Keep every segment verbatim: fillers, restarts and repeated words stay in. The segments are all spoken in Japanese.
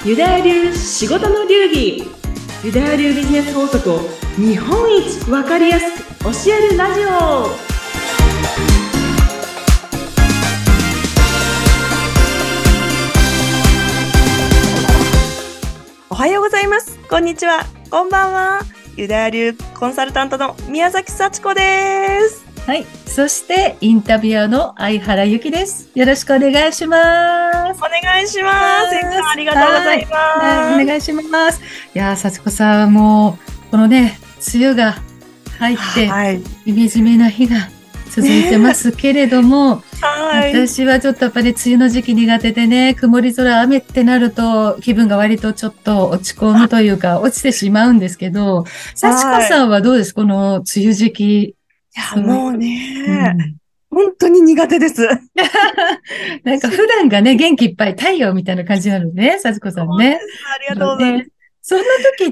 ユダヤ流仕事の流儀。ユダヤ流ビジネス法則を日本一わかりやすく教えるラジオ。おはようございます。こんにちは。こんばんは。ユダヤ流コンサルタントの宮崎幸子です。 はい。そして、インタビュアーの相原由紀です。よろしくお願いします。 お願いします。ありがとうございます。 お願いします。いやー、幸子さん、もう、このね、梅雨が入って、はい、ジメジメな日が続いてますけれども、ねはい、私はちょっとやっぱり梅雨の時期苦手でね、曇り空、雨ってなると、気分が割とちょっと落ち込むというか、落ちてしまうんですけど、幸子さんはどうですこの梅雨時期。 いや、もうね、うん、本当に苦手です。 なんか普段がね、元気いっぱい太陽みたいな感じなのね、幸子さんね。 ありがとうございます。 そんな時って、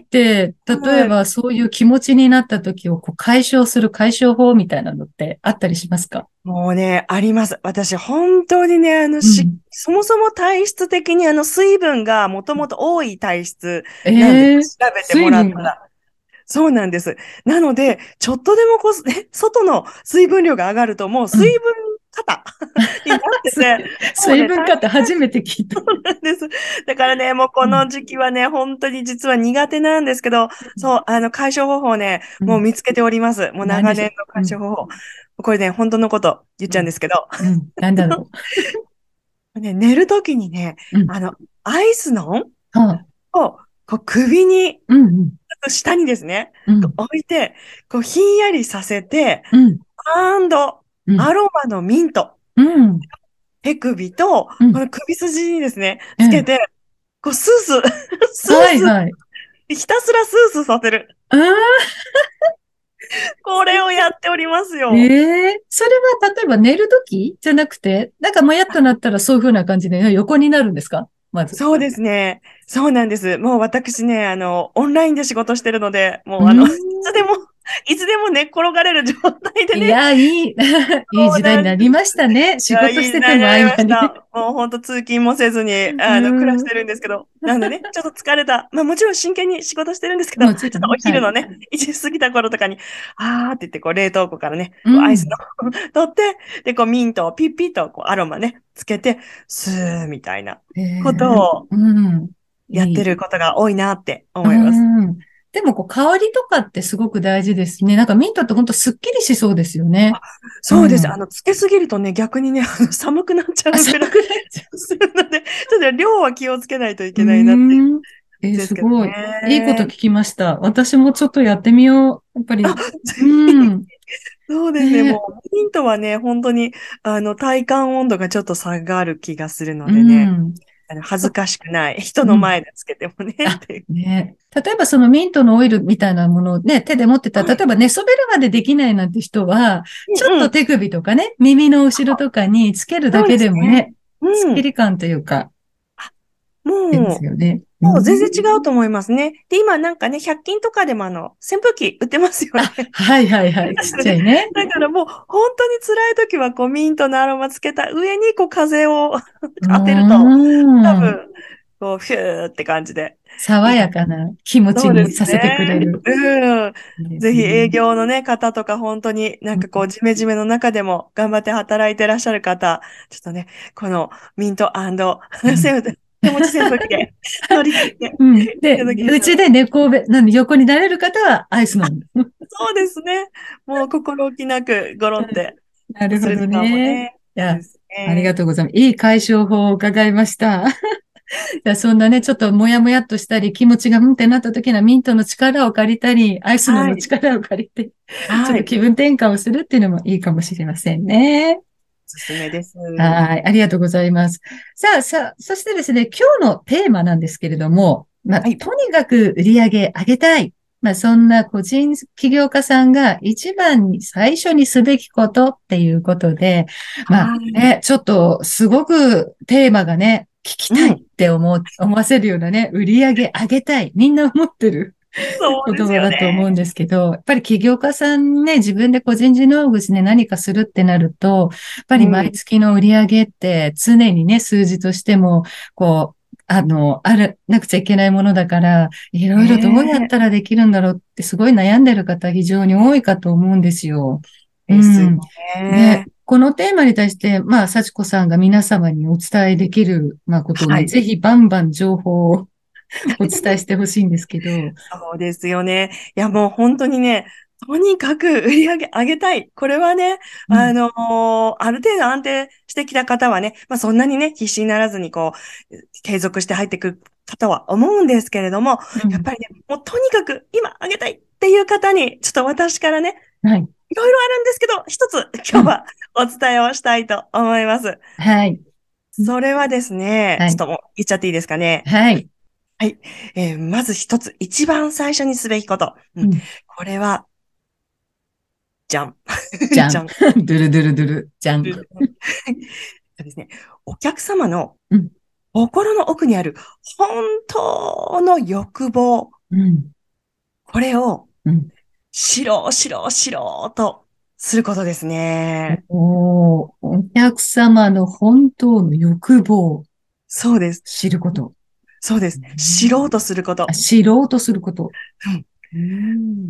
例えばそういう気持ちになった時をこう解消する解消法みたいなのってあったりしますか？ もうね、あります。私、本当にね、あの、し、うん、そもそも体質的にあの、水分がもともと多い体質なんで、えー、調べてもらったら。そうなんです。なので、ちょっとでもこう、ね、外の水分量が上がると、もう水分過多になってて。 水分過多初めて聞いた。 そうなんです。だからね、もうこの時期はね、うん、本当に実は苦手なんですけど、そう、あの、解消方法をね、もう見つけております。うん、もう長年の解消方法。うん、これね、本当のこと言っちゃうんですけど。 うん。うん、なんだろう。ね、寝るときにね、うん、あの、アイスのを、こう首に、 うんうん下にですね、うん、置いて、こう、ひんやりさせて、うん、アンド、アロマのミント、うん、手首と、この首筋にですね、つけて、うん、こう、スースー、スースー、はいはい、ひたすらスースーさせる。あこれをやっておりますよ。 ええー、それは例えば寝るときじゃなくて、なんかもやっとなったらそういう風な感じで横になるんですか？まず。 そうですね。そうなんです。もう私ね、あの、オンラインで仕事してるので、もうあの、いつでも、いつでも寝っ転がれる状態でね。 いや、いい、いい時代になりましたね。仕事してても合間に。 もう本当通勤もせずに、あの、暮らしてるんですけど。なのでね、ちょっと疲れた。まあもちろん真剣に仕事してるんですけど、ちょっとお昼のね、はい、いちじ過ぎた頃とかに、あーって言って、こう冷凍庫からね、こうアイスの取って、で、こうミントをピッピッとこうアロマね、つけて、スーみたいなことを、やってることが多いなって思います。 うんでも、こう、香りとかってすごく大事ですね。なんかミントってほんとスッキリしそうですよね。 そうです。うん、あの、つけすぎるとね、逆にね、寒くなっちゃうぐらい。寒くなっちゃう。するので、ちょっと量は気をつけないといけないなっていう。 えー、すごい。いいこと聞きました。私もちょっとやってみよう。やっぱり。うん。 そうですね。ねもう、ミントはね、本当に、あの、体感温度がちょっと下がる気がするのでね。うん恥ずかしくない。人の前でつけてもね。 うん、ね例えばそのミントのオイルみたいなものをね、手で持ってたら、例えば寝そべるまでできないなんて人は、ちょっと手首とかね、耳の後ろとかにつけるだけでもね、スッキリ感というか、 もう、 ですよね。 もう全然違うと思いますね。で、今なんかね、ひゃく均とかでもあの、扇風機売ってますよね。 はいはいはい。ちっちゃいね。 だからもう、本当に辛い時は、こう、ミントのアロマつけた上に、こう、風を当てると、多分、こう、フューって感じで。 爽やかな気持ちにさせてくれる。 ね、うん。ぜひ営業のね、方とか、本当になんかこう、ジメジメの中でも頑張って働いてらっしゃる方、ちょっとね、このミントセム手持ち扇風機で乗り切って。 うん、で、うちで猫べ、なんで横になれる方はアイス飲む。 そうですね。もう心置きなくゴロって。 なるほどね。 ねいや、ね、ありがとうございます。いい解消法を伺いました。いやそんなね、ちょっともやもやっとしたり、気持ちがうんってなった時にはミントの力を借りたり、アイスの力を借りて、はい、ちょっと気分転換をするっていうのもいいかもしれませんね。 おすすめです。 はい。ありがとうございます。さあ、さあ、そしてですね、今日のテーマなんですけれども、まあ、はい、とにかく売り上げ上げたい。まあ、そんな個人起業家さんが一番に最初にすべきことっていうことで、まあ、ね、ちょっとすごくテーマがね、聞きたいって思う、思わせるようなね、売り上げ上げたい。みんな思ってる。言葉だと思うんですけど、やっぱり起業家さんね、自分で個人事業主で何かするってなると、やっぱり毎月の売り上げって常にね、数字としても、こう、 あの、ある、なくちゃいけないものだから、いろいろどうやったらできるんだろうってすごい悩んでる方非常に多いかと思うんですよ。うですよん。で、 ね。 このテーマに対して、まあ、幸子さんが皆様にお伝えできる、まあ、ことをね、 はい。 ぜひバンバン情報をお伝えしてほしいんですけど、 そうですよね。いや、もう本当にね、とにかく売り上げ上げたい。これはね、 うん、 あのーある程度安定してきた方はね、まあそんなにね、必死にならずにこう、継続して入ってくる方は思うんですけれども、 うん、 やっぱりね、もうとにかく今上げたいっていう方に、ちょっと私からね、 はい、 いろいろあるんですけど、一つうん、 今日はお伝えをしたいと思います。 はい、 それはですね、 はい、 ちょっともう言っちゃっていいですかね。 はい、 はい。えーまず一つ、一番最初にすべきこと。うん。 うん、 これは、じゃん。 じゃん。 じゃん。 ドゥルドゥルドゥル、じゃん。 そうですね。お客様のうん、 心の奥にある本当の欲望。 うん、 これをうん。 知ろう、知ろう、知ろうとすることですね。 おー、お客様の本当の欲望をそうです。 知ること。 そうです。知ろうとするこあ、 と。 知ろうとすること。 うん。 うん。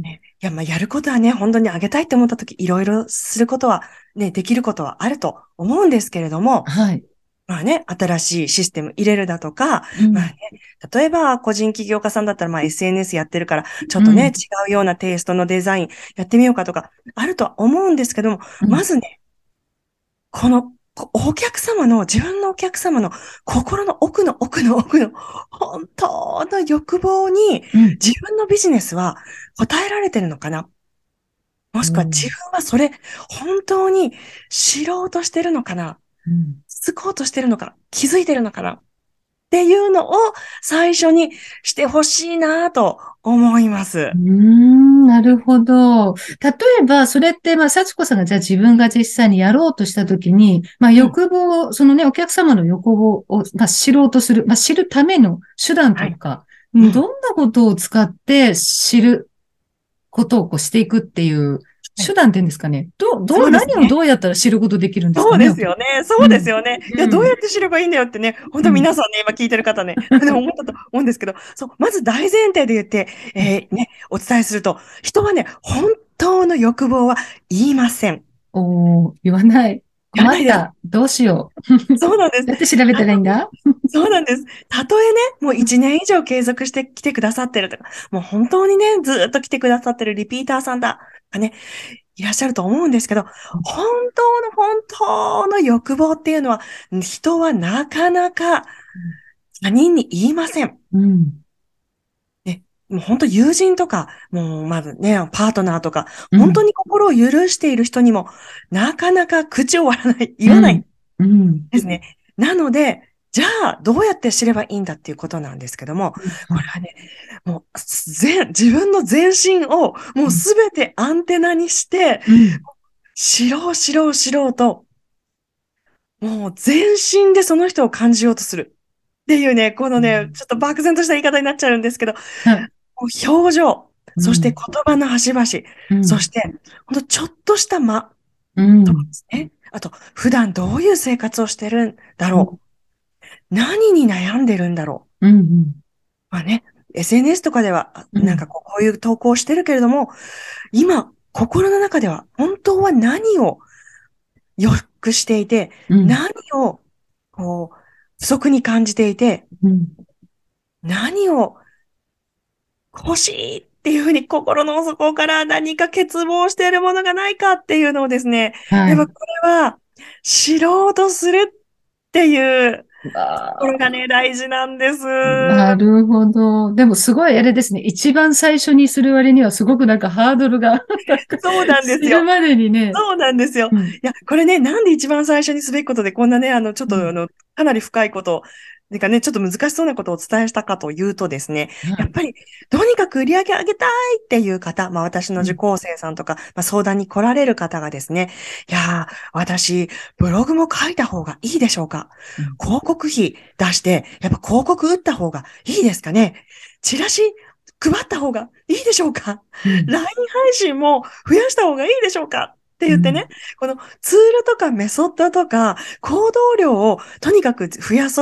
ねいや、まあ、やることはね、本当にあげたいって思ったとき、いろいろすることは、ね、できることはあると思うんですけれども、 はい。 まあね、新しいシステム入れるだとか、 うん。 まあね、例えば個人起業家さんだったらまあ エスエヌエス やってるから、ちょっとね、違うん。 うようなテイストのデザインやってみようかとか、あるとは思うんですけども、 うん。 まずね、この、こお客様の、自分のお客様の心の奥の奥の奥の本当の欲望にうん。 自分のビジネスは応えられてるのかな、もしくは自分はそれ本当に知ろうとしてるのかな、 うん。 気づこうとしてるのか、気づいてるのかなっていうのを最初にしてほしいなと思います。 うーん、なるほど。例えば、それって、まあ、幸子さんがじゃあ自分が実際にやろうとしたときに、まあ、 うん。 欲望、そのね、お客様の欲望を、まあ、知ろうとする、まあ、知るための手段とはい。 いうか、うんどうん。 んなことを使って知ることをこうしていくっていうはい。 手段っていうんですかね。どう、どう、 そうですね。 何をどうやったら知ることできるんですそうかね、お客ですよね。そうですうん。 よね。いや、どううん。 やって知ればいいんだよってね、本当うん。 皆さんね、今聞いてる方ね、でも思ったと思うんですけど、そう、まず大前提で言って、えーね、お伝えすると、人はね、本当の欲望は言いません。 おー、言わない。 言わないです。 困った。どうしよう。 そうなんです。 どうやって調べたらいいんだそうなんです。たとえね、もう一年以上継続してきてくださってるとか、もう本当にね、ずーっと来てくださってるリピーターさんだ、がね、いらっしゃると思うんですけど、本当の本当の欲望っていうのは、人はなかなか他人に言いません。 うん。 ね、もう本当友人とか、もうまずね、パートナーとか、本当うん。 に心を許している人にも、なかなか口を割らない、言わないうん。うん。 ですね。なので、じゃあ、どうやって知ればいいんだっていうことなんですけども、これはね、もう、全、自分の全身をもううん。 すべてアンテナにして、 うん。 知ろう、知ろう、知ろうと、もう全身でその人を感じようとする。っていうね、このね、ちょっと漠然とした言い方になっちゃうんですけど、 はい。 もう表情、そして言うん。 葉の端々、 うん。 そして、ほんとちょっとした間うとかん。 ですね。あと、普段どういう生活をしてるんだうん。 ろう。何に悩んでるんだろうん。 う。まあね、エスエヌエス とかでは、あうん。 なんかこうこういう投稿をしてるけれども、今、心の中では本当は何を欲していて、 うん。 何をこう不足に感じていて、 うん。 何を欲しいっていうふうに心の底から何か欠乏しているものがないかっていうのをですね、 はい。 やっぱこれは知ろうとするっていうところがあね、大事なんです。 なるほど。でもすごいあれですね。一番最初にする割にはすごくなんかハードルが高いそうなんですよ。 知るまでにね。 そうなんですよ。 うん。 いや、これね、なんで一番最初にすべきことで、こんなね、あの、ちょっうん。 と、あの、かなり深いこと、なんかね、ちょっと難しそうなことをお伝えしたかというとですね、 はい。 やっぱり、とにかく売り上げ上げたいっていう方、まあ私のうん。 受講生さんとか、まあ相談に来られる方がですね、いやー、私、ブログも書いた方がいいでしょうか、 うん。 広告費出して、やっぱ広告打った方がいいですかね、チラシ配った方がいいでしょうか、 うん。 ライン 配信も増やした方がいいでしょうかってうん。 言ってね、このツールとかメソッドとか行動量をとにかく増やそう。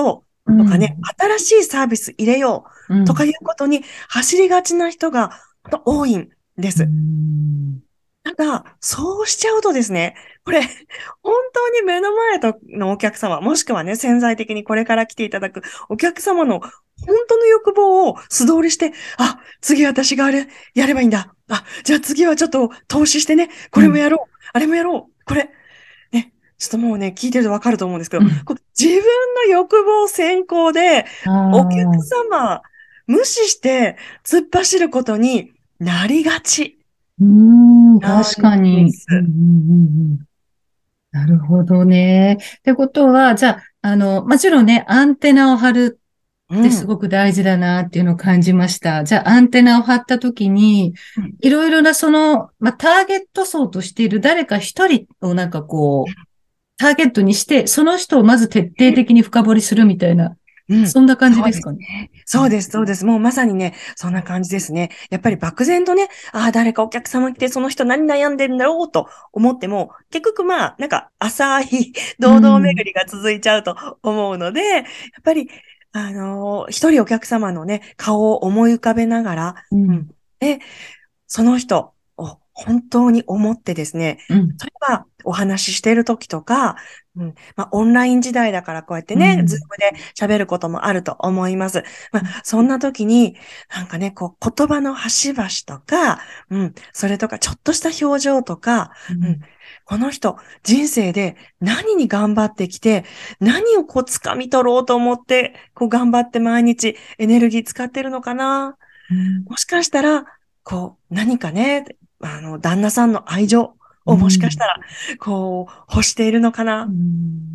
とかね、新しいサービス入れようとかいうことに走りがちな人が多いんです。ただ、そうしちゃうとですね、これ、本当に目の前のお客様、もしくはね、潜在的にこれから来ていただくお客様の本当の欲望を素通りして、あ、次私があれ、やればいいんだ。あ、じゃあ次はちょっと投資してね、これもやろう、あれもやろう、これ、ね、ちょっともうね、聞いてるとわかると思うんですけど、こう自分の欲望先行で、お客様、無視して突っ走ることになりがち。 うーん、確かに。うんうんうんうん、なるほどね。ってことは、じゃあ、あの、もちろんね、アンテナを張るってすごく大事だなっていうのを感じました。うん、じゃあ、アンテナを張ったときに、いろいろなその、まあ、ターゲット層としている誰か一人をなんかこう、ターゲットにして、その人をまず徹底的に深掘りするみたいな、うん、そんな感じですかね。 そうです、そうです。もうまさにね、そんな感じですね。やっぱり漠然とね、ああ、誰かお客様来てその人何悩んでるんだろうと思っても、結局まあ、なんか浅い堂々巡りが続いちゃうと思うので、やっぱり、あのー、一人お客様のね、顔を思い浮かべながら、うん、で、その人を本当に思ってですね、うん、例えばお話ししている時とか、うんまあ、オンライン時代だからこうやってね、うん、ズームで喋ることもあると思います。まあ、そんな時に、なんかね、こう言葉の端々とか、うん、それとかちょっとした表情とか、うんうん、この人、人生で何に頑張ってきて、何をこう掴み取ろうと思って、こう頑張って毎日エネルギー使ってるのかな、うん、もしかしたら、こう、何かね、あの、旦那さんの愛情をもしかしたら、こう、欲しているのかな。うん、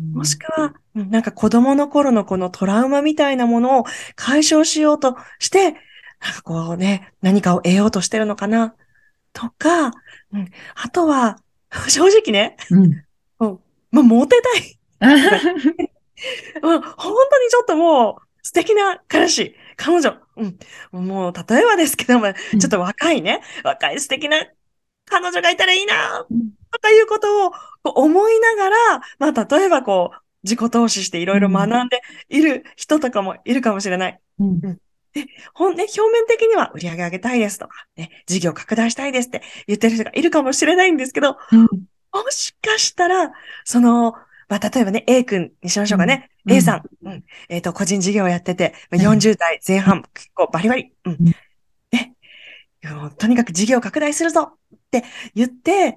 もしくは、なんか子供の頃のこのトラウマみたいなものを解消しようとして、なんかこうね、何かを得ようとしてるのかな。とか、うん、あとは、正直ね、うん、まあ、モテたい。まあ、本当にちょっともう、素敵な彼氏、彼女、うん。もう、例えばですけども、ちょっと若いね、うん、若い素敵な彼女がいたらいいな、とかいうことを思いながら、まあ、例えばこう、自己投資していろいろ学んでいる人とかもいるかもしれない。うんうん、で、ほんね、表面的には売り上げ上げたいですとか、ね、事業拡大したいですって言ってる人がいるかもしれないんですけど、うん、もしかしたら、その、まあ、例えばね、A 君にしましょうかね。うん、A さん、うん、えっと、個人事業をやってて、よんじゅう代前半、結構バリバリ、うん。ね、とにかく事業拡大するぞって言って、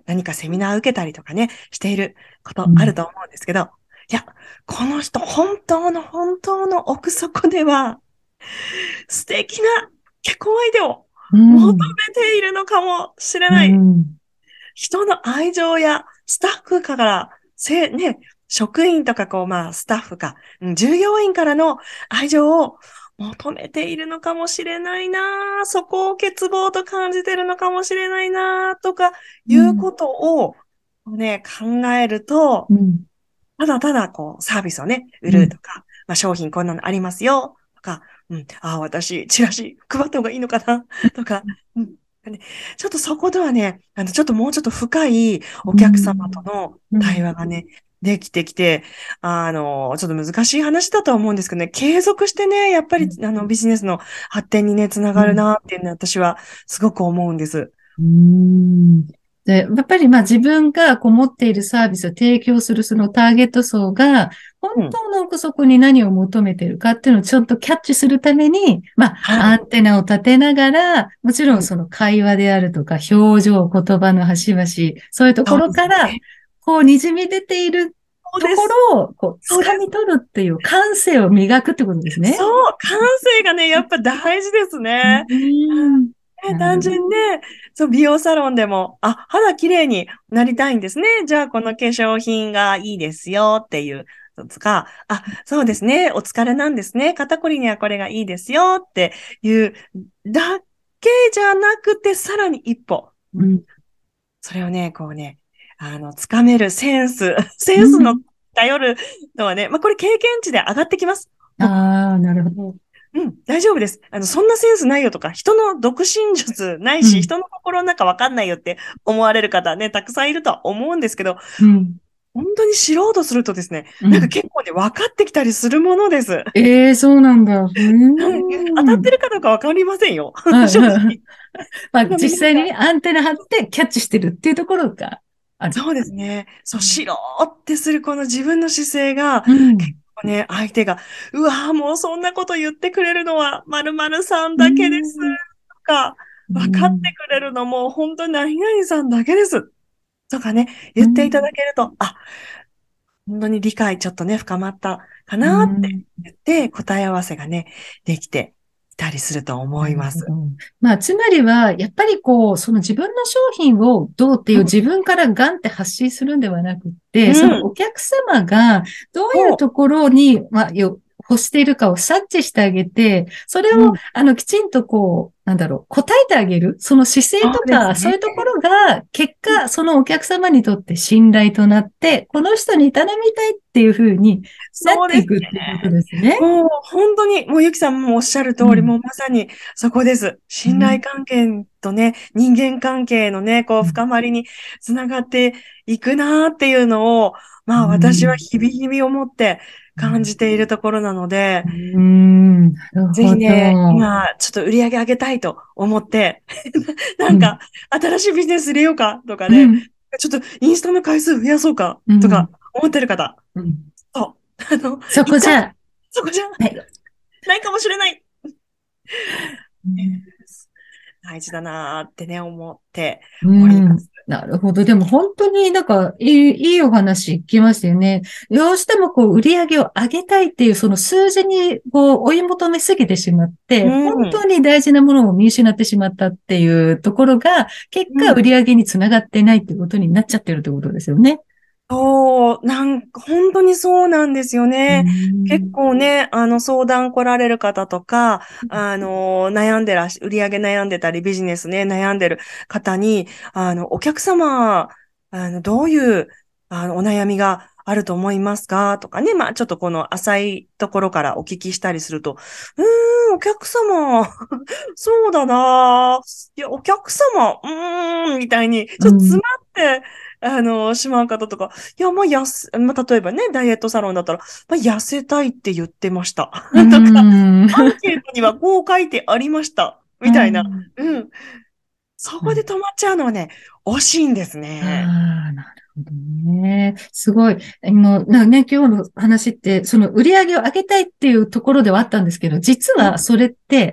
何かセミナー受けたりとかね、していることあると思うんですけど、うん、いや、この人、本当の本当の奥底では、素敵な結婚相手を求めているのかもしれない。うん、人の愛情やスタッフから、せ、ね、職員とかこう、まあ、スタッフか、従業員からの愛情を求めているのかもしれないな、そこを欠乏と感じているのかもしれないな、とかいうことをね、考えると、うん、ただただこう、サービスをね、売るとか、うん、まあ、商品こんなのありますよ、とか、うん、ああ、私、チラシ配った方がいいのかな、とか、うんちょっとそこではね、あの、ちょっともうちょっと深いお客様との対話がね、うん、できてきて、あの、ちょっと難しい話だとは思うんですけどね、継続してね、やっぱり、あの、ビジネスの発展にね、つながるなっていうのは私はすごく思うんです。 うーんで、やっぱりまあ自分がこう持っているサービスを提供するそのターゲット層が本当の奥底に何を求めているかっていうのをちょっとキャッチするために、まあ、はい、アンテナを立てながら、もちろんその会話であるとか表情、言葉の端々、そういうところからこう滲み出ているところをこう掴み取るっていう感性を磨くってことですね。 そう、感性がね、やっぱ大事ですね。うん単純にね、そう、美容サロンでも、あ、肌綺麗になりたいんですね。じゃあ、この化粧品がいいですよっていうとか、あ、そうですね。お疲れなんですね。肩こりにはこれがいいですよっていうだけじゃなくて、さらに一歩。うん、それをね、こうね、あの、つかめるセンス、センスの頼るのはね、まあ、これ経験値で上がってきます。 ああ、なるほど。 うん、大丈夫です。あの、そんなセンスないよとか、人の独身術ないし、うん、人の心の中わかんないよって思われる方ね、たくさんいるとは思うんですけど、うん、 本当に知ろうとするとですね、 うん。 なんか結構ね、分かってきたりするものです。 ええ、そうなんだ。うーはい。当たっん。 てるかどうか分かりませんよ。 はい正直。 はいはい。まあ、 でもね、なんか、 実際にね、アンテナ張ってキャッチしてるっていうところがある。 そうですね。そう、知ろうってするこの自分の姿勢が、 うん。 結構ね、相手が、うわぁ、もうそんなこと言ってくれるのは、〇〇さんうだけです。 ん。 とか、 う分かってん。 くれるのも、本当に何々さんだけです。とかね、 う言っていただん。 けると、あ、本当に理解ちょっとね、深まったかうなってん。 言って、答え合わせがね、できていたりすると思います。 なるほど。まあ、つまりは、やっぱりこう、その自分の商品をどうっていううん、 自分からガンって発信するんではなくって、そうん、 のお客様がどういうそところに、まあ、よ、欲しているかを察知してあげて、それう、 を、 うん、 あの、きちんとこう、なんだろう、答えてあげる。その姿勢そうとか、そうですね。 いうところが、結果、そのお客様にとって信頼となって、この人に頼みたいっていうふうになっそうですていくっていうことですね。 もう本当に、もうゆきさんもおっしゃる通り、 うん。 もうまさにそこです。信頼うん。 関係とね、人間関係のね、こううん。 深まりにつながっていくなっていうのを、 うまあ私はん。 日々日々思って感じているところなので、 うーん、なるぜほひね、 ど。 今ちょっと売り上げ上げたいと思って、なうん、 んか新しいビジネス入れようかとかね、 うん、 ちょっとインスタの回数増やそうかうん、 とか思ってる方、 うん。 そう、あの、 そ一旦こじゃ、 そこじゃはい。 ないかもしれない。 うん、 大事だなーってね、思ってうん、 おります。 なるほど。でも本当になんかいい、いいお話聞きましたよね。どうしてもこう売り上げを上げたいっていうその数字にこう追い求めすぎてしまって、 う本当ん。 に大事なものを見失ってしまったっていうところが、結果売うん。 り上げにつながってないってことになっちゃってるってことですよね。 そう、なんか、本当にそうなんですようね。結ん、 構ね、あの、相談来られる方とか、あの、悩んでらし、売り上げ悩んでたり、ビジネスね、悩んでる方に、あの、お客様、あの、どういう、あの、お悩みがあると思いますかとかね、まあ、ちょっとこの浅いところからお聞きしたりすると、うーん、お客様、そうだな。いや、お客様、うーん、みたいに、ちょっと詰うん、 まって、あの、しまう方とか、いや、まあ、やす、まあ、例えばね、ダイエットサロンだったら、まあ、痩せたいって言ってました。 うとか、 ん、 アンケートにはこう書いてありました。 うみたいな。 ん。 うん。そこで止まっちゃうのはね、惜しいんですね。 ああ、なるほどね。すごい。あの、なね、今日の話って、その売り上げを上げたいっていうところではあったんですけど、実うん。 はそれって、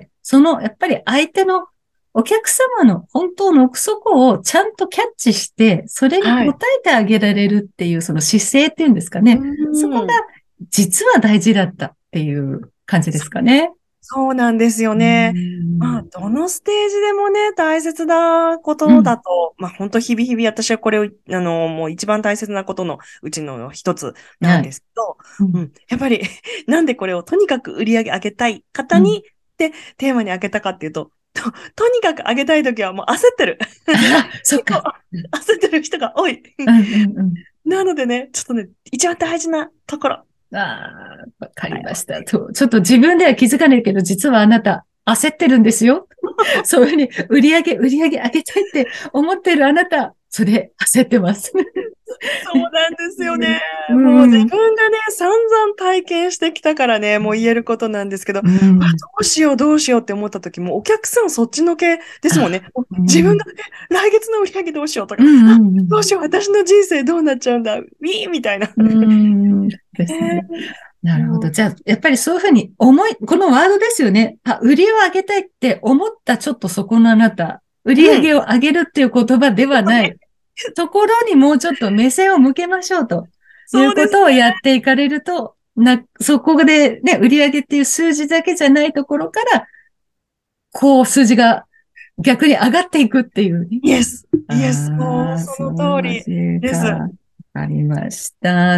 その、やっぱり相手のお客様の本当の奥底をちゃんとキャッチして、それに応はい。 えてあげられるっていう、その姿勢っていうんですかうね。そこがん。 実は大事だったっていう感じですかね。 そうなんですようね。まあ、 ん。 どのステージでもね、大切なこうん。 とだと、まあ、本当日々日々私はこれを、あの、もう一番大切なことのうちの一つなんではい。 すけど、 うん。 うん。やっぱりなんでこれをとにかく売り上げ上げたいうん。 方に、で、テーマに上げたかっていうと、と、とにかく上げたいときはもう焦ってる。 ああ、そっ結構か。うん。 焦ってる人が多い。 うんうんうん。 なのでね、ちょっとね、一番大事なところ。 ああ、わかりました。 答え合わせ。 と、ちょっと自分では気づかないけど、実はあなた、焦ってるんですよ。そういうふうに、売り上げ、売り上げ上げたいって思ってるあなた、それ、焦ってます。 そうなんですよね。 うもう自ん、 分がね、散々体験してきたからね、もう言えることなんですけど、わ、 うん。 どうしようどうしようって思った時も、お客さんそっちのけですもんね。 あ、 もううん、 自分が、え来月の売り上げどうしようとか、 うん、 あ、 うん、うん。 どうしよう、私の人生どうなっちゃうんだ、ウィーみたいな。 うんですね。 ねなるほど。 もうじゃあ、やっぱりそういうふうに思い、このワードですよね。あ、売りを上げたいって思ったちょっとそこのあなた、売り上うん。 げを上げるっていう言葉ではない。ところにもうちょっと目線を向けましょうというそうですね。 ことをやっていかれると、な、そこでね、売上っていう数字だけじゃないところから、こう数字が逆に上がっていくっていうね。 イエス。イエス。もうああ、 そのそういう通りです。ち感じか。わかりました。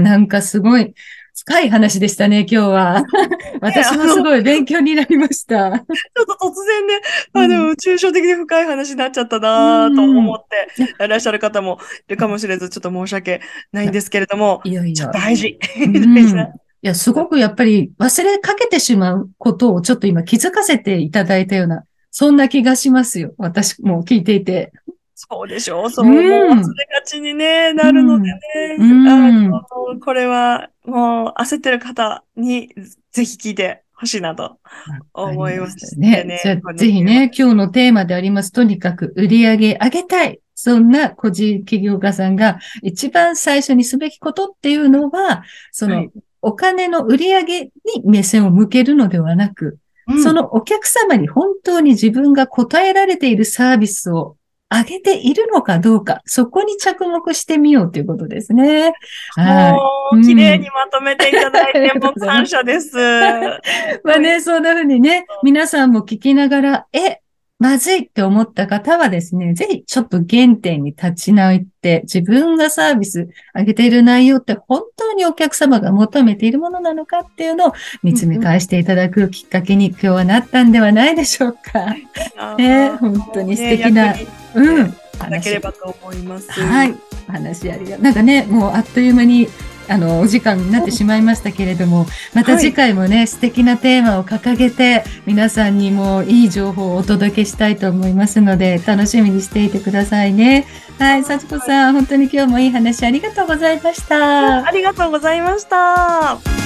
なんかすごい深い話でしたね、今日は。 ね、あの、 私もすごい勉強になりました。 ちょっと突然ね、あうん。 の、抽象的で深い話になっちゃったうなとん、うん。 思っていや、 いらっしゃる方もいるかもしれず、ちょっと申し訳ないんですけれども、ちょっといやいや、 大事。 う大事な。 ん。いや、すごくやっぱり忘れかけてしまうことをちょっと今気づかせていただいたような、そんな気がしますよ。私も聞いていて。 そうでしょう。そう、 うもう忘れん。 がちに、ね、なうるのでん。うね。あん。 の、これはもう焦ってる方にぜひ聞いてほしいなとわかり思いまましたしてね。じゃあ、 ね。このテーマ。 ぜひね、今日のテーマであります。とにかく売り上げ上げたい。そんな個人起業家さんが一番最初にすべきことっていうのは、そのはい。 お金の売り上げに目線を向けるのではなく、 うん。 そのお客様に本当に自分が応えられているサービスを上げているのかどうか、そこに着目してみようということですね。はい。 もう、綺麗うん。 にまとめていただいて、 ありがとうもうございます。 感謝です。すごい。 まあね、そんな風にね、皆さんも聞きながら、え、まずいって思った方はですね、ぜひちょっと原点に立ち直って、自分がサービス上げている内容って本当にお客様が求めているものなのかっていうのを見つめうんうん。 返していただくきっかけに今日はなったんではないでしょうか。ね、 ああ、 本当に素もうね、 敵な、 役に立ってうん、 いただけれ話。 ばと思います。 はい。お話ありがとう。なんかね、もうあっという間に、あの、お時間になってしまいましたけれども、また次はい。 回もね、素敵なテーマを掲げて、皆さんにもいい情報をお届けしたいと思いますので、楽しみにしていてくださいね。はい。幸子はい。 さん、本当に今日もいい話ありがとうございました。 ありがとうございました。